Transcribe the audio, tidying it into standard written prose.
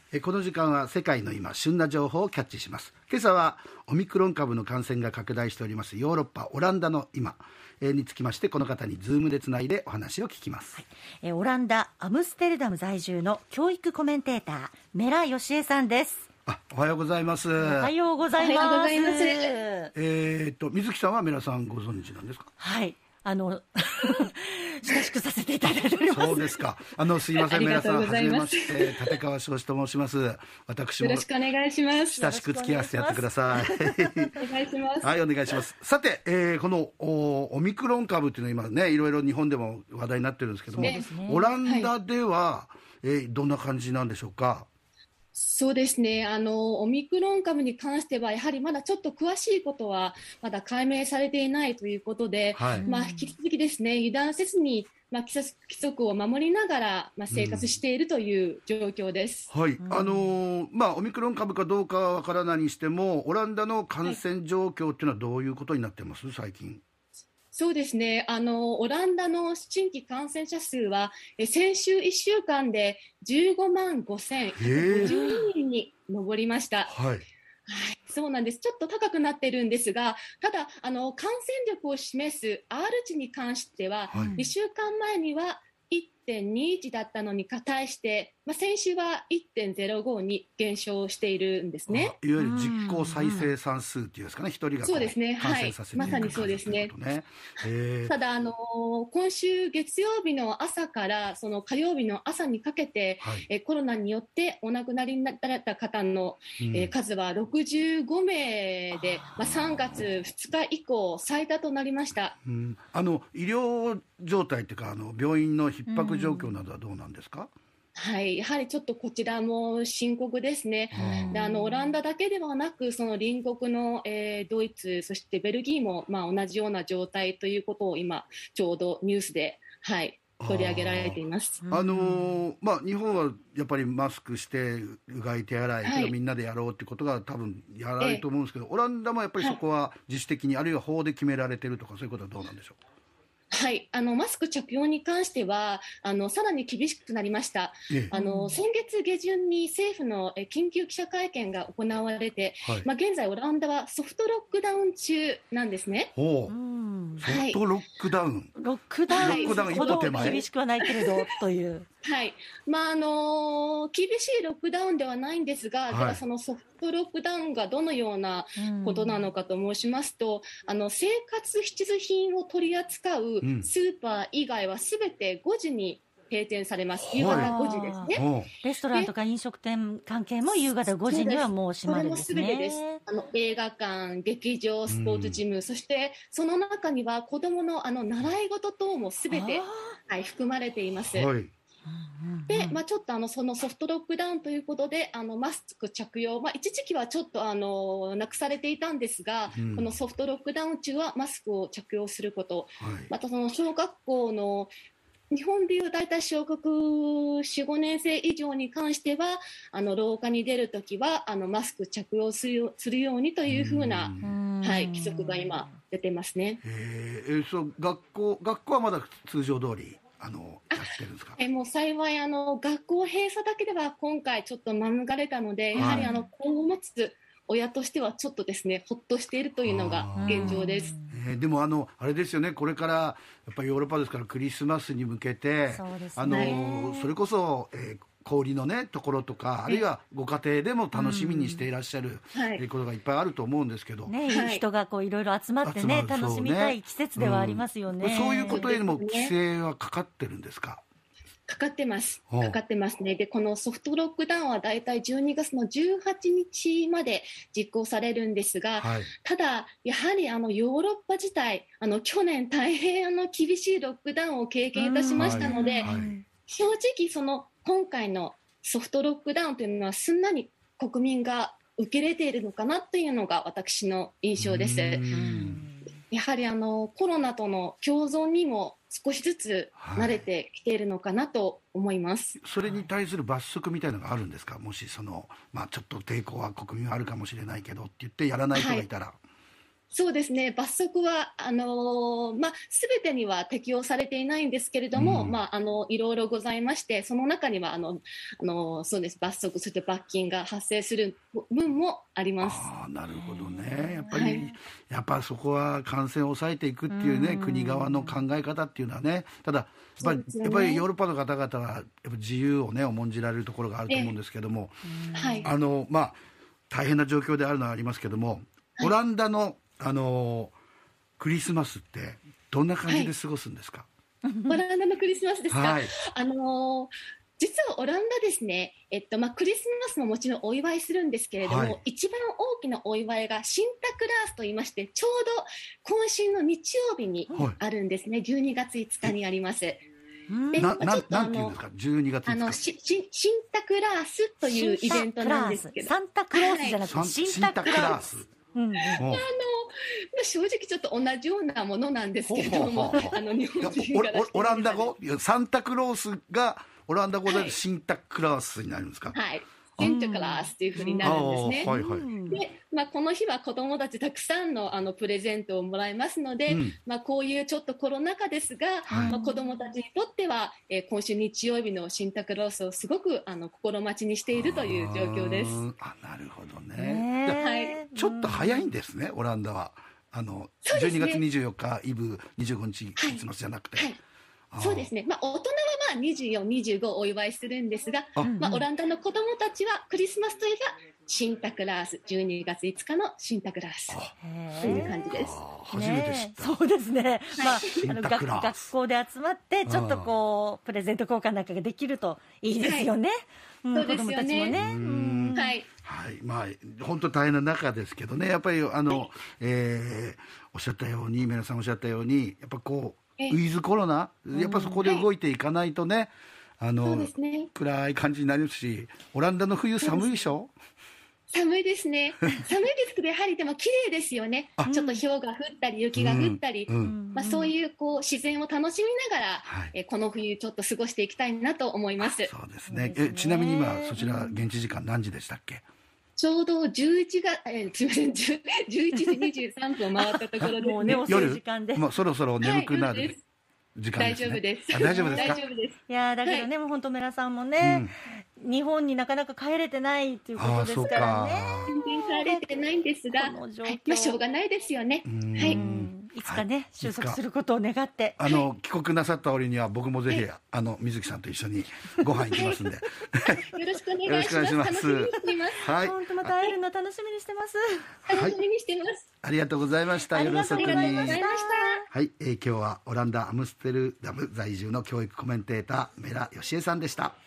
この時間は世界の今旬な情報をキャッチします。今朝はオミクロン株の感染が拡大しておりますヨーロッパオランダの今につきまして、この方にズームでつないでお話を聞きます。 オランダアムステルダム在住の教育コメンテーターメラ・ヨシエさんです。 おはようございます。 おはようございます。 水木さんはメラさんご存知なんですか？ はい、親しくさせていただいております。 そうですか。すいません、メラさん、はじめまして、立川翔志と申します。私もよろしくお願いします。 親しく付き合わせてやってください。 お願いします。 はい、お願いします。さて、このオミクロン株っていうのは今ね、いろいろ日本でも話題になってるんですけども、オランダでは、どんな感じなんでしょうか？ そうですね、オミクロン株に関してはやはりまだちょっと詳しいことはまだ解明されていないということで、引き続きですね、油断せずに、規則を守りながら、生活しているという状況です。 はい、オミクロン株かどうかはわからないにしても、オランダの感染状況っていうのはどういうことになってます、最近？ そうですね、オランダの新規感染者数は先週1週間で15万5152人に上りました。そうなんです。ちょっと高くなってるんですが、ただ感染力を示す R 値に関しては、2週間前には1.21 だったのに対して、先週は 1.05 に減少しているんですね。 いわゆる実効再生産数っていうんですかね、一人がそうですね、 感染させていく、 まさにそうですね。ただ今週月曜日の朝からその火曜日の朝にかけて、コロナによってお亡くなりになられた方の、数は65名で、3月2日以降最多となりました。 医療状態というか病院の逼迫状況などはどうなんですか？ やはりちょっとこちらも深刻ですね。でオランダだけではなく、その隣国の、ドイツ、そしてベルギーも、同じような状態ということを今ちょうどニュースで、取り上げられています。 日本はやっぱりマスクしてうがい手洗い、みんなでやろうということが多分やられると思うんですけど、オランダもやっぱりそこは自主的に、あるいは法で決められているとか、そういうことはどうなんでしょう？ マスク着用に関してはさらに厳しくなりました。先月下旬に政府の緊急記者会見が行われて、現在オランダはソフトロックダウン中なんですね。 ソフトロックダウン、 ロックダウンほど厳しくはないけれどという厳しいロックダウンではないんですが、ではそのソフトロックダウンがどのようなことなのかと申しますと、生活必需品を取り扱うスーパー以外はすべて5時に閉店されます。夕方5時ですね。 レストランとか飲食店関係も夕方5時にはもう閉まるんですね。 これも全てです。映画館、劇場、スポーツジム、そしてその中には子どもの習い事等も全て含まれています。でちょっとそのソフトロックダウンということでマスク着用、一時期はちょっとなくされていたんですが、このソフトロックダウン中はマスクを着用すること、またその小学校の日本でいう大体小学 4,5 年生以上に関しては廊下に出るときはマスク着用するようにというふうな、規則が今出てますね。 学校はまだ通常通りやってるんですか？ もう幸い学校閉鎖だけでは今回ちょっと免れたので、やはり子を持つ親としてはちょっとですね、ほっとしているというのが現状です。 でもあれですよね、これからやっぱりヨーロッパですからクリスマスに向けて、それこそ、小売りのねところとか、あるいはご家庭でも楽しみにしていらっしゃることがいっぱいあると思うんですけど、 人がいろいろ集まってね楽しみたい季節ではありますよね。 そういうことへも規制はかかってるんですか？ かかってますね。でこのソフトロックダウンはだいたい12月の18日まで実行されるんですが、ただやはりヨーロッパ自体去年大変厳しいロックダウンを経験いたしましたので、正直今回のソフトロックダウンというのはすんなり国民が受け入れているのかなというのが私の印象です。やはりコロナとの共存にも少しずつ慣れてきているのかなと思います。 それに対する罰則みたいなのがあるんですか？もしちょっと抵抗は国民はあるかもしれないけどって言ってやらない人がいたら。 そうですね、罰則は全てには適用されていないんですけれども、いろいろございまして、その中にはそうです、罰則、そして罰金が発生する分もあります。 なるほどね。やっぱそこは感染を抑えていくっていうね、国側の考え方っていうのはね、ただやっぱりヨーロッパの方々はやっぱ自由をね重んじられるところがあると思うんですけども、大変な状況であるのはありますけども、オランダのクリスマスってどんな感じで過ごすんですか？ オランダのクリスマスですか？実はオランダですね、クリスマスももちろんお祝いするんですけれども、一番大きなお祝いがシンタクラースと言いまして、ちょうど今週の日曜日にあるんですね。12月5日にあります。 なんていうんですか、12月5日。 シンタクラースというイベントなんですけど、 サンタクロースじゃなくてシンタクラース。 正直ちょっと同じようなものなんですけれども、日本人からオランダ語、サンタクロースがオランダ語でシンタクラースになるんですか？ はい、シンタクラースというふうになるんですね。で、この日は子どもたちたくさんのプレゼントをもらえますので、こういうちょっとコロナ禍ですが、子どもたちにとっては、今週日曜日のシンタクロースをすごく心待ちにしているという状況です。 なるほどね。ちょっと早いんですね、オランダは。12月24日イブ、25日クリスマスじゃなくて。 そうですね、大人は24、25お祝いするんですが、オランダの子どもたちはクリスマスといえばシンタクラース、12月5日のシンタクラースという感じです。 初めて知った。 そうですね、学校で集まってちょっとこうプレゼント交換なんかができるといいですよね。 そうですよね。 本当大変な中ですけどね、やっぱりおっしゃったように、皆さんおっしゃったように、やっぱこうウィズコロナ、やっぱそこで動いていかないとね、暗い感じになるし、オランダの冬寒いでしょ？ 寒いですね。寒いですけど、やはりでも綺麗ですよね。ちょっと氷が降ったり雪が降ったり、そういう自然を楽しみながら、この冬ちょっと過ごしていきたいなと思います。 そうですね。ちなみに今そちら現地時間何時でしたっけ？ ちょうど11時23分を回ったところですね。 夜、そろそろ眠くなる時間ですね。大丈夫です。 大丈夫です。 いやだけどね、もう本当メラさんもね、日本になかなか帰れてないっていうことですからね。 全然帰れてないんですが、しょうがないですよね。 いつかね、収束することを願って。 帰国なさった折には僕もぜひ水木さんと一緒にご飯行きますんで。よろしくお願いします。楽しみにしています。 本当また会えるの楽しみにしてます。 楽しみにしています。 ありがとうございました。夜遅くに。 ありがとうございました。 はい、今日はオランダアムステルダム在住の教育コメンテーターメラヨシエさんでした。